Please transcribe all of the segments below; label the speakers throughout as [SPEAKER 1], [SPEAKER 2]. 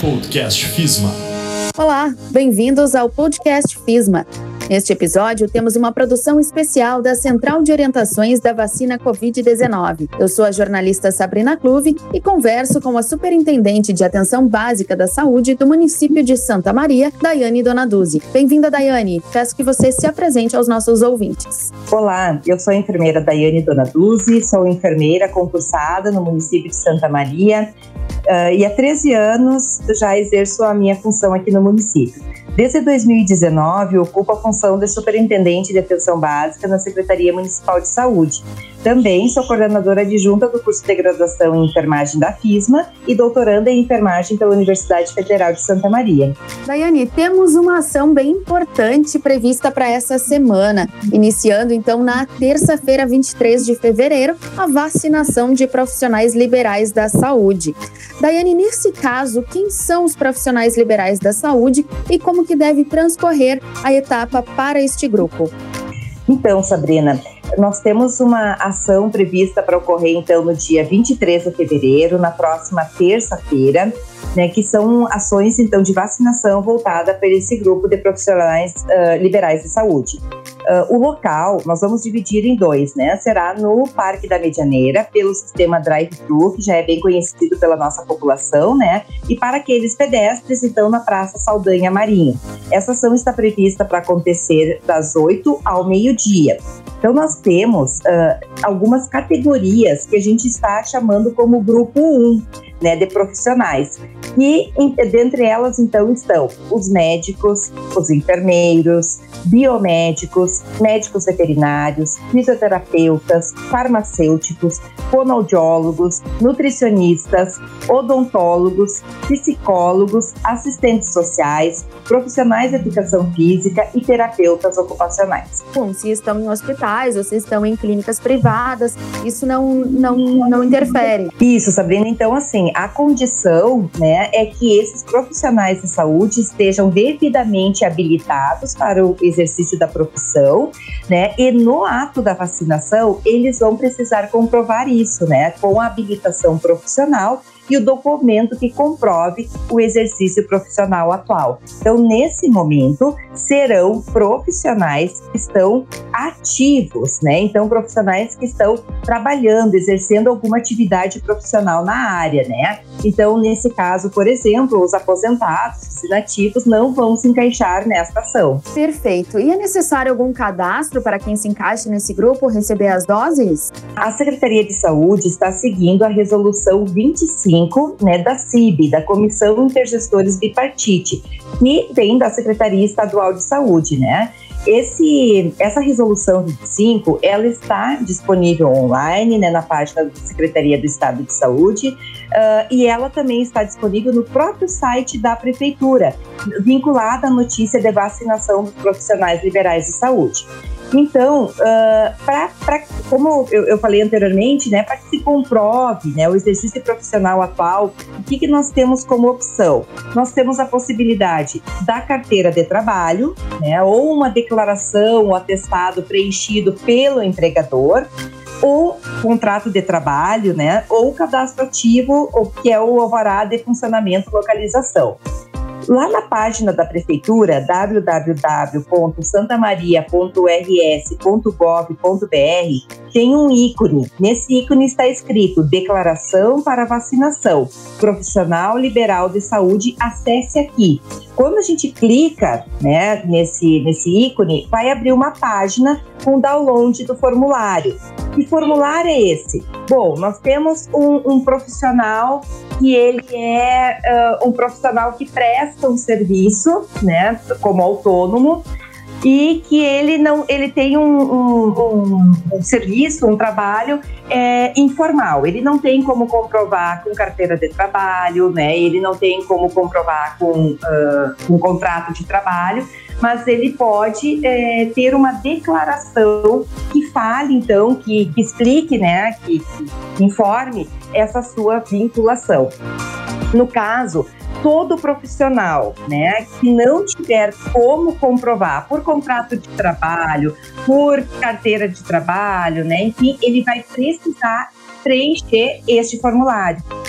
[SPEAKER 1] Podcast FISMA.
[SPEAKER 2] Olá, bem-vindos ao Podcast FISMA. Neste episódio, temos uma produção especial da Central de Orientações da Vacina Covid-19. Eu sou a jornalista Sabrina Clube e converso com a Superintendente de Atenção Básica da Saúde do município de Santa Maria, Daiane Donaduzzi. Bem-vinda, Daiane. Peço que você se apresente aos nossos ouvintes.
[SPEAKER 3] Olá, eu sou a enfermeira Daiane Donaduzzi, sou enfermeira concursada no município de Santa Maria e há 13 anos já exerço a minha função aqui no município. Desde 2019, eu ocupo a função de superintendente de atenção básica na Secretaria Municipal de Saúde. Também sou coordenadora adjunta do curso de graduação em enfermagem da FISMA e doutoranda em enfermagem pela Universidade Federal de Santa Maria.
[SPEAKER 2] Daiane, temos uma ação bem importante prevista para essa semana, iniciando então na terça-feira, 23 de fevereiro, a vacinação de profissionais liberais da saúde. Daiane, nesse caso, quem são os profissionais liberais da saúde e como que deve transcorrer a etapa para este grupo?
[SPEAKER 3] Então, Sabrina, nós temos uma ação prevista para ocorrer, então, no dia 23 de fevereiro, na próxima terça-feira, né, que são ações, então, de vacinação voltada para esse grupo de profissionais liberais de saúde. O local, nós vamos dividir em dois, né? Será no Parque da Medianeira, pelo sistema drive-thru, que já é bem conhecido pela nossa população, né? E para aqueles pedestres, então, na Praça Saldanha Marinho. Essa ação está prevista para acontecer das 8 ao meio-dia. Então, nós temos algumas categorias que a gente está chamando como grupo 1, né, de profissionais. E dentre elas, então, estão os médicos, os enfermeiros, biomédicos, médicos veterinários, fisioterapeutas, farmacêuticos, fonoaudiólogos, nutricionistas, odontólogos, psicólogos, assistentes sociais, profissionais de educação física e terapeutas ocupacionais.
[SPEAKER 2] Bom, se estão em hospitais ou se estão em clínicas privadas, isso não interfere.
[SPEAKER 3] Isso, Sabrina. Então, assim, a condição, né, é que esses profissionais de saúde estejam devidamente habilitados para o exercício da profissão, né, e no ato da vacinação, eles vão precisar comprovar isso, né, com a habilitação profissional e o documento que comprove o exercício profissional atual. Então, nesse momento, serão profissionais que estão ativos, né? Então, profissionais que estão trabalhando, exercendo alguma atividade profissional na área, né? Então, nesse caso, por exemplo, os aposentados, os inativos, não vão se encaixar nesta ação.
[SPEAKER 2] Perfeito. E é necessário algum cadastro para quem se encaixe nesse grupo receber as doses?
[SPEAKER 3] A Secretaria de Saúde está seguindo a Resolução 25, né, da CIB, da Comissão Intergestores Bipartite, que vem da Secretaria Estadual de Saúde, né? Essa Resolução 25, ela está disponível online, né, na página da Secretaria do Estado de Saúde, e ela também está disponível no próprio site da Prefeitura, vinculada à notícia de vacinação dos profissionais liberais de saúde. Então, como eu falei anteriormente, né, para que se comprove, né, o exercício profissional atual, o que nós temos como opção? Nós temos a possibilidade da carteira de trabalho, né, ou uma declaração, um atestado preenchido pelo empregador, ou contrato de trabalho, né, ou cadastro ativo, que é o alvará de funcionamento e localização. Lá na página da Prefeitura, www.santamaria.rs.gov.br, tem um ícone. Nesse ícone está escrito Declaração para Vacinação, Profissional Liberal de Saúde, acesse aqui. Quando a gente clica, né, nesse ícone, vai abrir uma página com download do formulário. Que formulário é esse? Bom, nós temos um profissional que ele é um profissional que presta um serviço, né, como autônomo, e que ele tem um serviço, um trabalho informal. Ele não tem como comprovar com carteira de trabalho, né? Ele não tem como comprovar com um contrato de trabalho, mas ele pode ter uma declaração que fale, então, que explique, né, que informe essa sua vinculação. No caso, todo profissional, né, que não tiver como comprovar por contrato de trabalho, por carteira de trabalho, né, enfim, ele vai precisar preencher este formulário.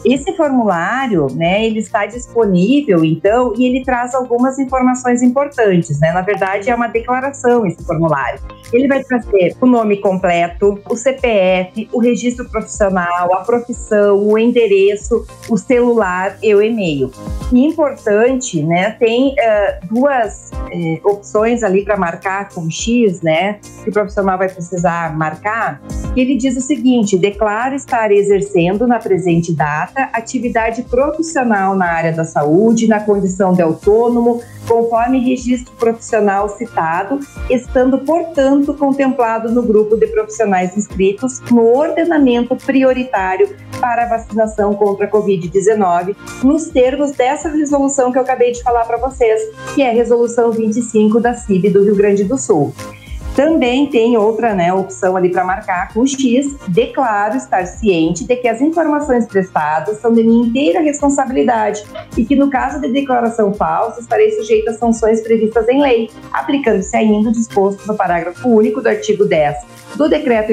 [SPEAKER 3] Esse formulário, né, ele está disponível, então, e ele traz algumas informações importantes, né? Na verdade, é uma declaração esse formulário. Ele vai trazer o nome completo, o CPF, o registro profissional, a profissão, o endereço, o celular e o e-mail. E importante, né, tem duas opções ali para marcar com X, né, que o profissional vai precisar marcar. Ele diz o seguinte: declaro estar exercendo na presente data atividade profissional na área da saúde, na condição de autônomo, conforme registro profissional citado, estando, portanto, contemplado no grupo de profissionais inscritos no ordenamento prioritário para a vacinação contra a Covid-19, nos termos dessa resolução que eu acabei de falar para vocês, que é a resolução 25 da CIB do Rio Grande do Sul. Também tem outra, né, opção ali para marcar com X: declaro estar ciente de que as informações prestadas são de minha inteira responsabilidade e que, no caso de declaração falsa, estarei sujeita a sanções previstas em lei, aplicando-se ainda o disposto no parágrafo único do artigo 10 do Decreto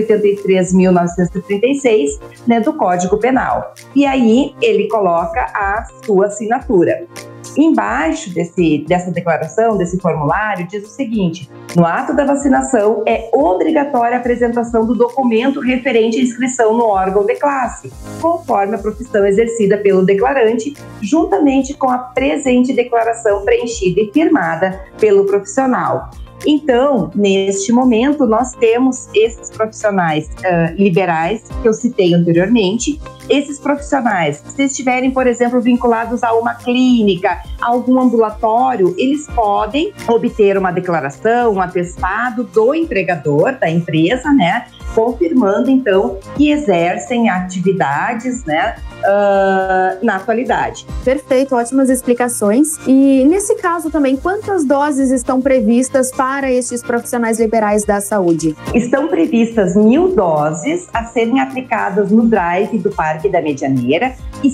[SPEAKER 3] 83.936, né, do Código Penal. E aí ele coloca a sua assinatura. Embaixo dessa declaração, desse formulário, diz o seguinte: no ato da vacinação é obrigatória a apresentação do documento referente à inscrição no órgão de classe, conforme a profissão exercida pelo declarante, juntamente com a presente declaração preenchida e firmada pelo profissional. Então, neste momento, nós temos esses profissionais liberais que eu citei anteriormente. Esses profissionais, se estiverem, por exemplo, vinculados a uma clínica, a algum ambulatório, eles podem obter uma declaração, um atestado do empregador, da empresa, né, confirmando, então, que exercem atividades, né, na atualidade.
[SPEAKER 2] Perfeito, ótimas explicações. E nesse caso também, quantas doses estão previstas para estes profissionais liberais da saúde?
[SPEAKER 3] Estão previstas 1.000 doses a serem aplicadas no drive do Parque da Medianeira e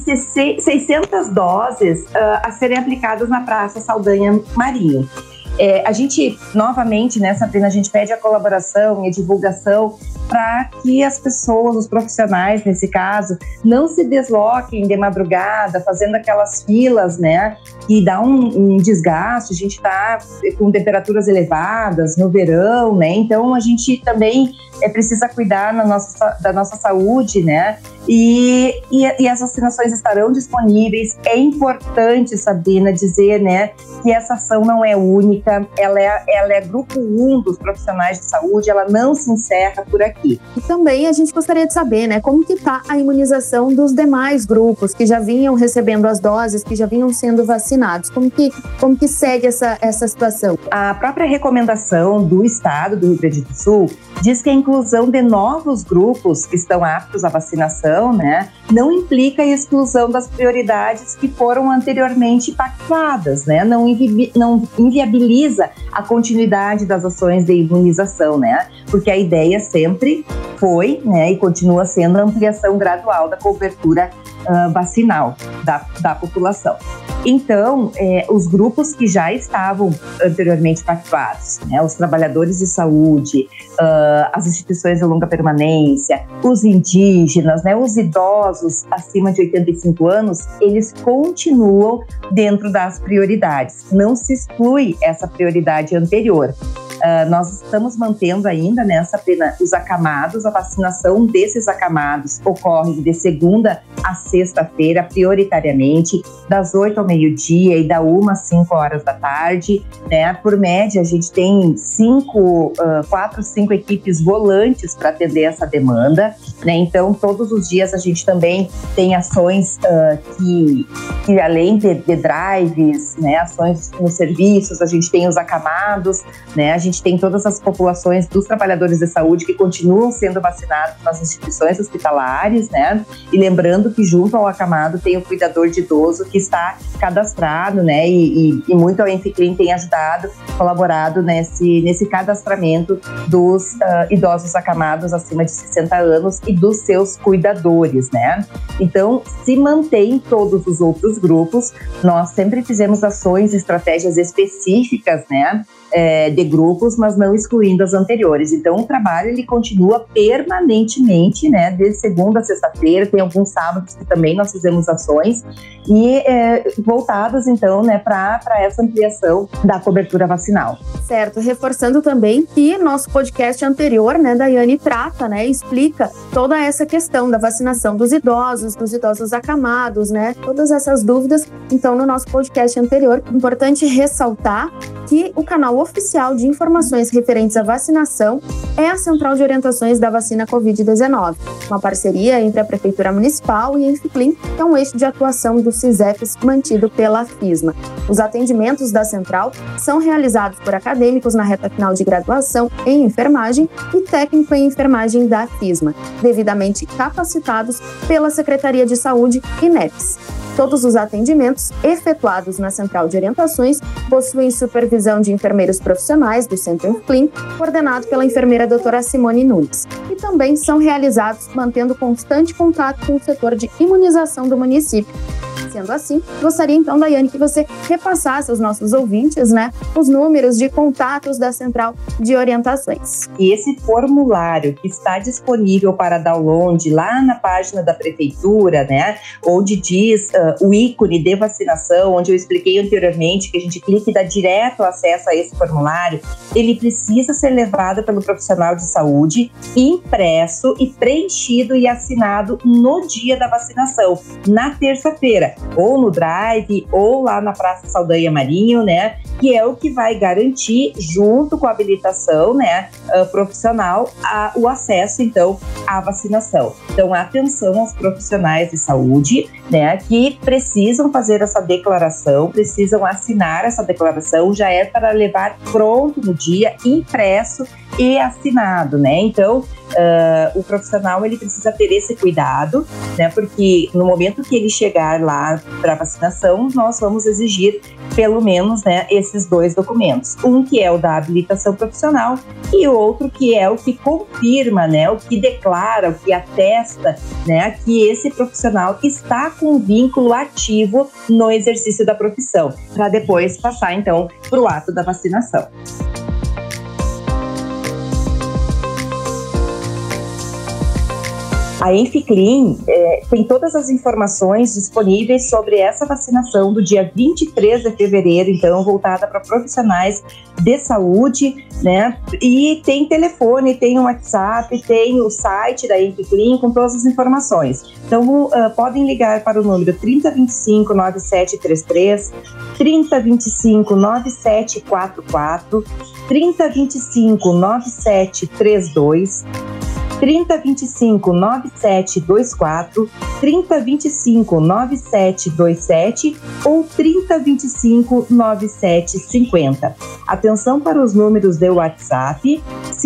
[SPEAKER 3] 600 doses a serem aplicadas na Praça Saldanha Marinho. A gente, novamente, né, Sabrina, a gente pede a colaboração e a divulgação para que as pessoas, os profissionais, nesse caso, não se desloquem de madrugada, fazendo aquelas filas, né, que dá um desgaste. A gente está com temperaturas elevadas no verão, né, então a gente também precisa cuidar da nossa saúde, né, e as vacinações estarão disponíveis. É importante, Sabrina, dizer, né, que essa ação não é única, ela é grupo 1 dos profissionais de saúde, ela não se encerra por aqui.
[SPEAKER 2] E também a gente gostaria de saber, né, como que está a imunização dos demais grupos que já vinham recebendo as doses, que já vinham sendo vacinados. Como que segue essa situação?
[SPEAKER 3] A própria recomendação do Estado do Rio Grande do Sul diz que a inclusão de novos grupos que estão aptos à vacinação, né, não implica a exclusão das prioridades que foram anteriormente pactuadas, né, não inviabiliza a continuidade das ações de imunização, né, porque a ideia sempre foi, né, e continua sendo a ampliação gradual da cobertura vacinal da população. Então, os grupos que já estavam anteriormente pactuados, né, os trabalhadores de saúde, as instituições de longa permanência, os indígenas, né, os idosos acima de 85 anos, eles continuam dentro das prioridades. Não se exclui essa prioridade anterior. Nós estamos mantendo ainda nessa pena os acamados. A vacinação desses acamados ocorre de segunda a sexta-feira, prioritariamente, das 8 ao meio-dia e da 1 às 5 horas da tarde, né? Por média, a gente tem 4, 5 equipes volantes para atender essa demanda, né? Então, todos os dias a gente também tem ações que além de drives, né, ações nos serviços, a gente tem os acamados, né? A gente tem todas as populações dos trabalhadores de saúde que continuam sendo vacinados nas instituições hospitalares, né? E lembrando que junto ao acamado tem o cuidador de idoso que está cadastrado, né? E muito a Enficlin tem ajudado, colaborado nesse cadastramento dos idosos acamados acima de 60 anos e dos seus cuidadores, né? Então, se mantém todos os outros dos grupos. Nós sempre fizemos ações, estratégias específicas, né, de grupos, mas não excluindo as anteriores. Então, o trabalho ele continua permanentemente, né, de segunda a sexta-feira. Tem alguns sábados que também nós fizemos ações e voltadas, então, né, para essa ampliação da cobertura vacinal.
[SPEAKER 2] Certo, reforçando também que nosso podcast anterior, né, Daiane, trata, né, explica toda essa questão da vacinação dos idosos acamados, né, todas essas dúvidas. Então, no nosso podcast anterior, é importante ressaltar que o canal oficial de informações referentes à vacinação é a Central de Orientações da Vacina Covid-19, uma parceria entre a Prefeitura Municipal e a Inficlin, que é um eixo de atuação do CISEFES mantido pela FISMA. Os atendimentos da Central são realizados por acadêmicos na reta final de graduação em enfermagem e técnico em enfermagem da FISMA, devidamente capacitados pela Secretaria de Saúde e NEPS. Todos os atendimentos efetuados na Central de Orientações possuem supervisão de enfermeiros profissionais do Centro Inficlin, coordenado pela enfermeira doutora Simone Nunes, e também são realizados mantendo constante contato com o setor de imunização do município. Sendo assim, gostaria então, Daiane, que você repassasse aos nossos ouvintes, né, os números de contatos da Central de Orientações.
[SPEAKER 3] E esse formulário que está disponível para download lá na página da Prefeitura, né, onde diz o ícone de vacinação, onde eu expliquei anteriormente que a gente clica e dá direto acesso a esse formulário, ele precisa ser levado pelo profissional de saúde, impresso e preenchido e assinado no dia da vacinação, na terça-feira, ou no Drive, ou lá na Praça Saldanha Marinho, né, que é o que vai garantir, junto com a habilitação, né, profissional, o acesso, então, à vacinação. Então, atenção aos profissionais de saúde, né, que precisam fazer essa declaração, precisam assinar essa declaração, já é para levar pronto no dia, impresso e assinado, né? Então, o profissional ele precisa ter esse cuidado, né? Porque no momento que ele chegar lá para vacinação, nós vamos exigir pelo menos, né, esses dois documentos. Um que é o da habilitação profissional e o outro que é o que confirma, né, o que declara, o que atesta, né, que esse profissional está com vínculo ativo no exercício da profissão, para depois passar, então, para o ato da vacinação. A Inficlin tem todas as informações disponíveis sobre essa vacinação do dia 23 de fevereiro, então, voltada para profissionais de saúde, né? E tem telefone, tem o WhatsApp, tem o site da Inficlin com todas as informações. Então, podem ligar para o número 3025-9733, 3025-9744, 3025-9732, 3025-9724, 3025-9727 ou 3025-9750. Atenção para os números de WhatsApp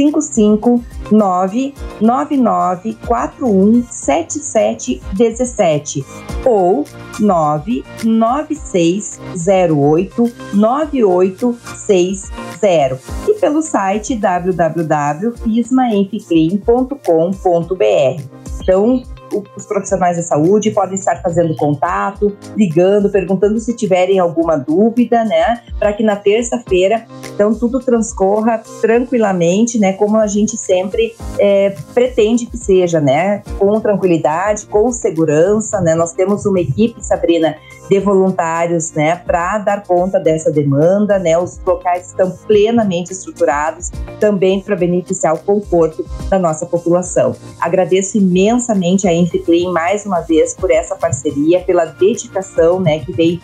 [SPEAKER 3] 559-9941-7717 ou 99608-9860 e pelo site www.fismainficlin.com.br. Então, os profissionais de saúde podem estar fazendo contato, ligando, perguntando se tiverem alguma dúvida, né? Para que na terça-feira, então, tudo transcorra tranquilamente, né? Como a gente sempre pretende que seja, né? Com tranquilidade, com segurança, né? Nós temos uma equipe, Sabrina, de voluntários, né? Para dar conta dessa demanda, né? Os locais estão plenamente estruturados também para beneficiar o conforto da nossa população. Agradeço imensamente a Inficlin mais uma vez por essa parceria, pela dedicação, né, que vem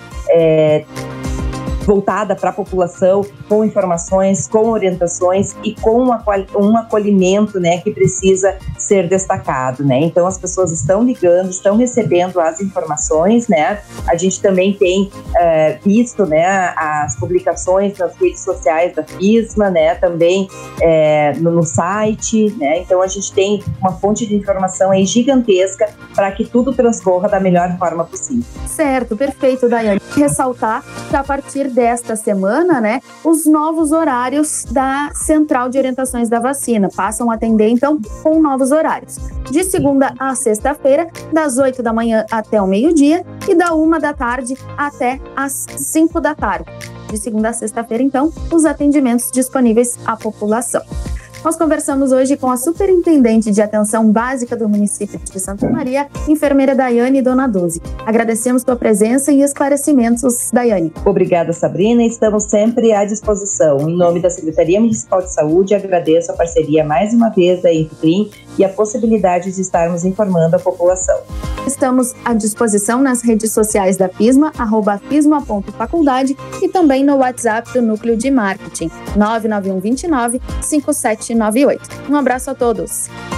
[SPEAKER 3] voltada para a população, com informações, com orientações e com um acolhimento, né, que precisa ser destacado, né? Então as pessoas estão ligando, estão recebendo as informações, né? A gente também tem visto, né, as publicações nas redes sociais da FISMA, né? Também no site, né? Então a gente tem uma fonte de informação aí gigantesca para que tudo transcorra da melhor forma possível.
[SPEAKER 2] Certo, perfeito, Daiane. Ressaltar que a partir desta semana, né, os novos horários da Central de Orientações da Vacina passam a atender, então, com novos horários. De segunda a sexta-feira, das 8 da manhã até o meio-dia e da 1 da tarde até as 5 da tarde. De segunda a sexta-feira, então, os atendimentos disponíveis à população. Nós conversamos hoje com a Superintendente de Atenção Básica do município de Santa Maria, enfermeira Daiane Donaduzzi. Agradecemos sua presença e esclarecimentos, Daiane.
[SPEAKER 3] Obrigada, Sabrina. Estamos sempre à disposição. Em nome da Secretaria Municipal de Saúde, agradeço a parceria mais uma vez da Enfim e a possibilidade de estarmos informando a população.
[SPEAKER 2] Estamos à disposição nas redes sociais da FISMA, @fisma.faculdade e também no WhatsApp do Núcleo de Marketing, 99129 5798. Um abraço a todos.